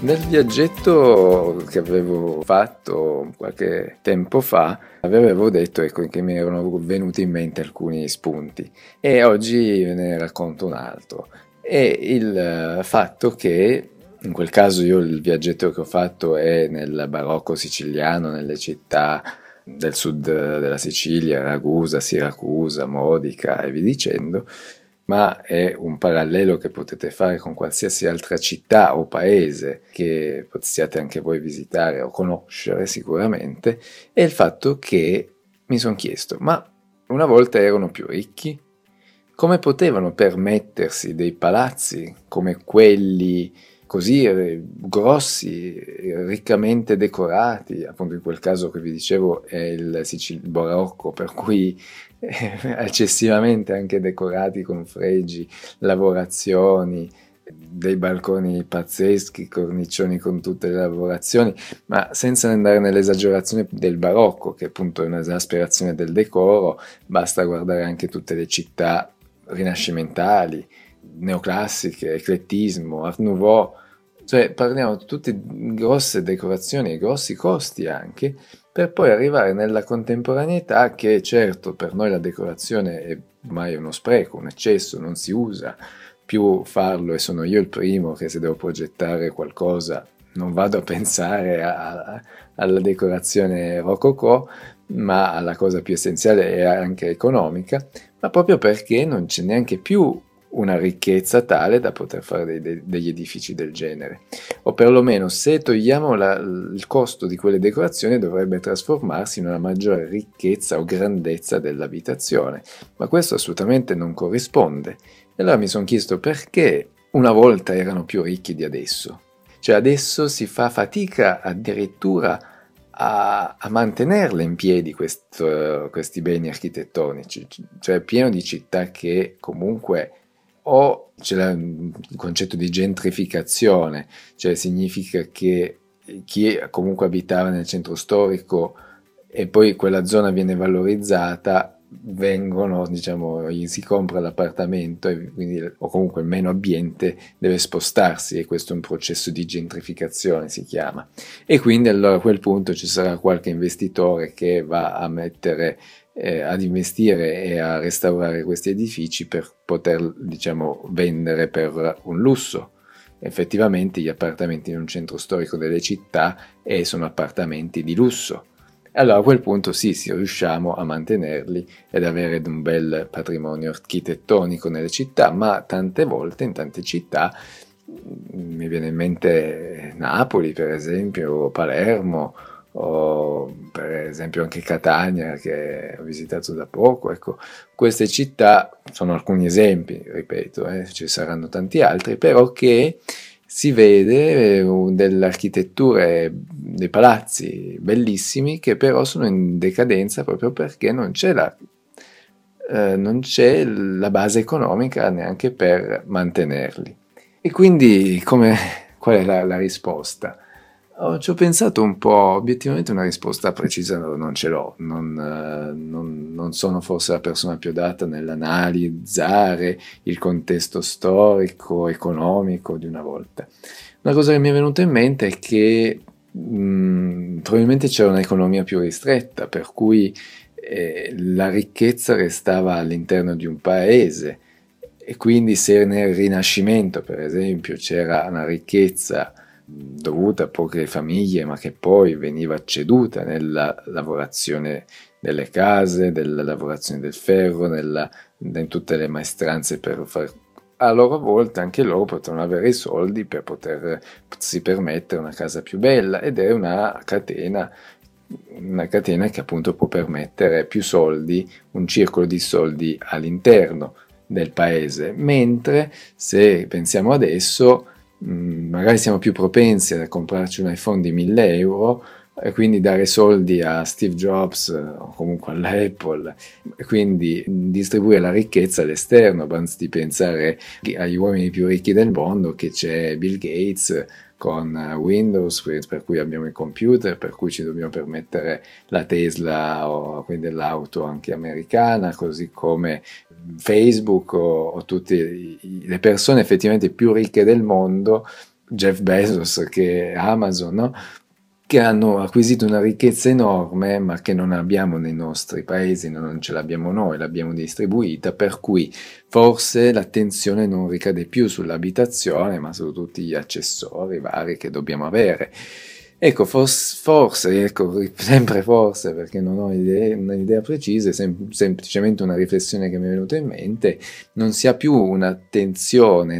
Nel viaggetto che avevo fatto qualche tempo fa, avevo detto che mi erano venuti in mente alcuni spunti e oggi ve ne racconto un altro. E il fatto che in quel caso io il viaggetto che ho fatto è nel barocco siciliano, nelle città del sud della Sicilia, Ragusa, Siracusa, Modica e via dicendo, ma è un parallelo che potete fare con qualsiasi altra città o paese che possiate anche voi visitare o conoscere sicuramente, è il fatto che mi sono chiesto, ma una volta erano più ricchi? Come potevano permettersi dei palazzi come quelli così grossi, riccamente decorati? Appunto in quel caso che vi dicevo è il barocco, per cui eccessivamente anche decorati con fregi, lavorazioni, dei balconi pazzeschi, cornicioni con tutte le lavorazioni, ma senza andare nell'esagerazione del barocco, che appunto è un'esasperazione del decoro, basta guardare anche tutte le città rinascimentali, neoclassiche, eclettismo, Art Nouveau, cioè parliamo di tutte grosse decorazioni e grossi costi anche, per poi arrivare nella contemporaneità che certo per noi la decorazione è ormai uno spreco, un eccesso, non si usa più farlo e sono io il primo che se devo progettare qualcosa non vado a pensare alla decorazione rococò, ma alla cosa più essenziale e anche economica, ma proprio perché non c'è neanche più una ricchezza tale da poter fare degli edifici del genere. O perlomeno se togliamo il costo di quelle decorazioni dovrebbe trasformarsi in una maggiore ricchezza o grandezza dell'abitazione, ma questo assolutamente non corrisponde. E allora mi sono chiesto perché una volta erano più ricchi di adesso. Cioè adesso si fa fatica addirittura a mantenerle in piedi questi beni architettonici, cioè è pieno di città che comunque o c'è il concetto di gentrificazione, cioè significa che chi comunque abitava nel centro storico e poi quella zona viene valorizzata, vengono, diciamo, gli si compra l'appartamento e quindi, o comunque il meno abbiente deve spostarsi e questo è un processo di gentrificazione si chiama, e quindi allora a quel punto ci sarà qualche investitore che va a mettere ad investire e a restaurare questi edifici per poter, diciamo, vendere per un lusso. Effettivamente gli appartamenti in un centro storico delle città sono appartamenti di lusso. Allora a quel punto sì, riusciamo a mantenerli ed avere un bel patrimonio architettonico nelle città, ma tante volte in tante città, mi viene in mente Napoli per esempio, o Palermo, o per esempio anche Catania che ho visitato da poco, ecco, queste città sono alcuni esempi, ripeto, ci saranno tanti altri, però che si vede delle architetture, dei palazzi bellissimi che però sono in decadenza proprio perché non c'è la base economica neanche per mantenerli. E quindi qual è la risposta? Ci ho pensato un po', obiettivamente una risposta precisa non ce l'ho, non sono forse la persona più adatta nell'analizzare il contesto storico, economico di una volta. Una cosa che mi è venuta in mente è che probabilmente c'era un'economia più ristretta, per cui la ricchezza restava all'interno di un paese e quindi se nel Rinascimento, per esempio, c'era una ricchezza dovuta a poche famiglie, ma che poi veniva ceduta nella lavorazione delle case, nella lavorazione del ferro, in tutte le maestranze per fare a loro volta anche loro potevano avere i soldi per potersi permettere una casa più bella ed è una catena che appunto può permettere più soldi, un circolo di soldi all'interno del paese, mentre se pensiamo adesso magari siamo più propensi a comprarci un iPhone di 1000 euro e quindi dare soldi a Steve Jobs o comunque all'Apple e quindi distribuire la ricchezza all'esterno, anzi di pensare agli uomini più ricchi del mondo che c'è Bill Gates con Windows, per cui abbiamo il computer, per cui ci dobbiamo permettere la Tesla o quindi l'auto anche americana, così come Facebook o tutte le persone effettivamente più ricche del mondo Jeff Bezos che Amazon, no? Che hanno acquisito una ricchezza enorme, ma che non abbiamo nei nostri paesi, non ce l'abbiamo noi, l'abbiamo distribuita, per cui forse l'attenzione non ricade più sull'abitazione, ma su tutti gli accessori vari che dobbiamo avere. Ecco, forse, ecco, sempre forse, perché non ho un'idea precisa, è semplicemente una riflessione che mi è venuta in mente, non si ha più un'attenzione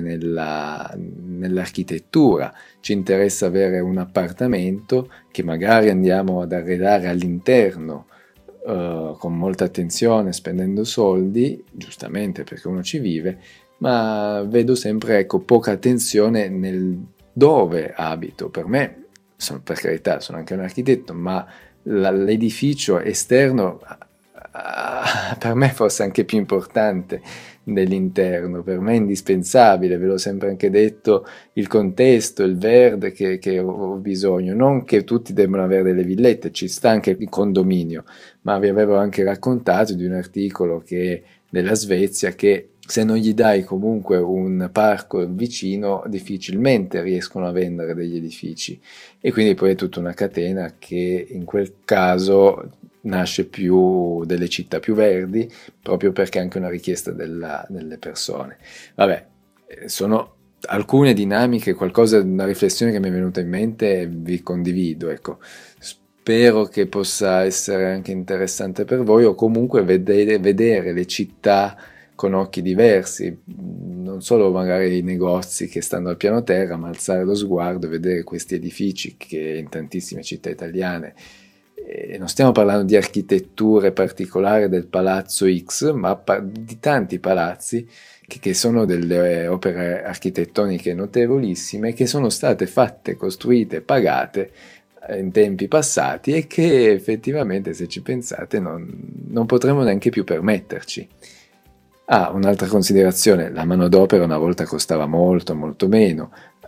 nell'architettura. Ci interessa avere un appartamento che magari andiamo ad arredare all'interno con molta attenzione, spendendo soldi, giustamente perché uno ci vive, ma vedo sempre, ecco, poca attenzione nel dove abito. Per me, per carità, sono anche un architetto, ma l'edificio esterno per me forse anche più importante dell'interno, per me è indispensabile, ve l'ho sempre anche detto, il contesto, il verde che ho bisogno, non che tutti debbano avere delle villette, ci sta anche il condominio, ma vi avevo anche raccontato di un articolo della Svezia che se non gli dai comunque un parco vicino difficilmente riescono a vendere degli edifici, e quindi poi è tutta una catena che in quel caso nasce più delle città più verdi, proprio perché è anche una richiesta delle persone. Vabbè, sono alcune dinamiche, una riflessione che mi è venuta in mente e vi condivido, ecco. Spero che possa essere anche interessante per voi, o comunque vedere le città con occhi diversi, non solo magari i negozi che stanno al piano terra, ma alzare lo sguardo e vedere questi edifici che in tantissime città italiane, e non stiamo parlando di architetture particolari del palazzo X, ma di tanti palazzi che sono delle opere architettoniche notevolissime, che sono state fatte, costruite, pagate in tempi passati e che effettivamente, se ci pensate, non potremo neanche più permetterci. Un'altra considerazione, la manodopera una volta costava molto, molto meno.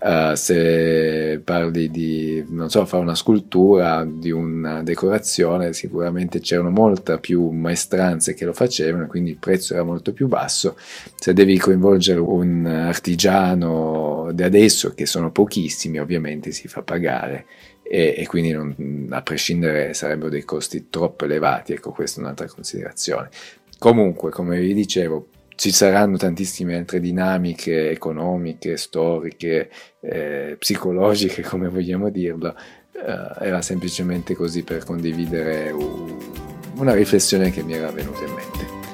Se parli di, non so, fare una scultura, di una decorazione, sicuramente c'erano molta più maestranze che lo facevano, quindi il prezzo era molto più basso. Se devi coinvolgere un artigiano di adesso, che sono pochissimi, ovviamente si fa pagare, e quindi a prescindere sarebbero dei costi troppo elevati. Ecco, questa è un'altra considerazione. Comunque, come vi dicevo, ci saranno tantissime altre dinamiche economiche, storiche, psicologiche, come vogliamo dirlo. Era semplicemente così per condividere una riflessione che mi era venuta in mente.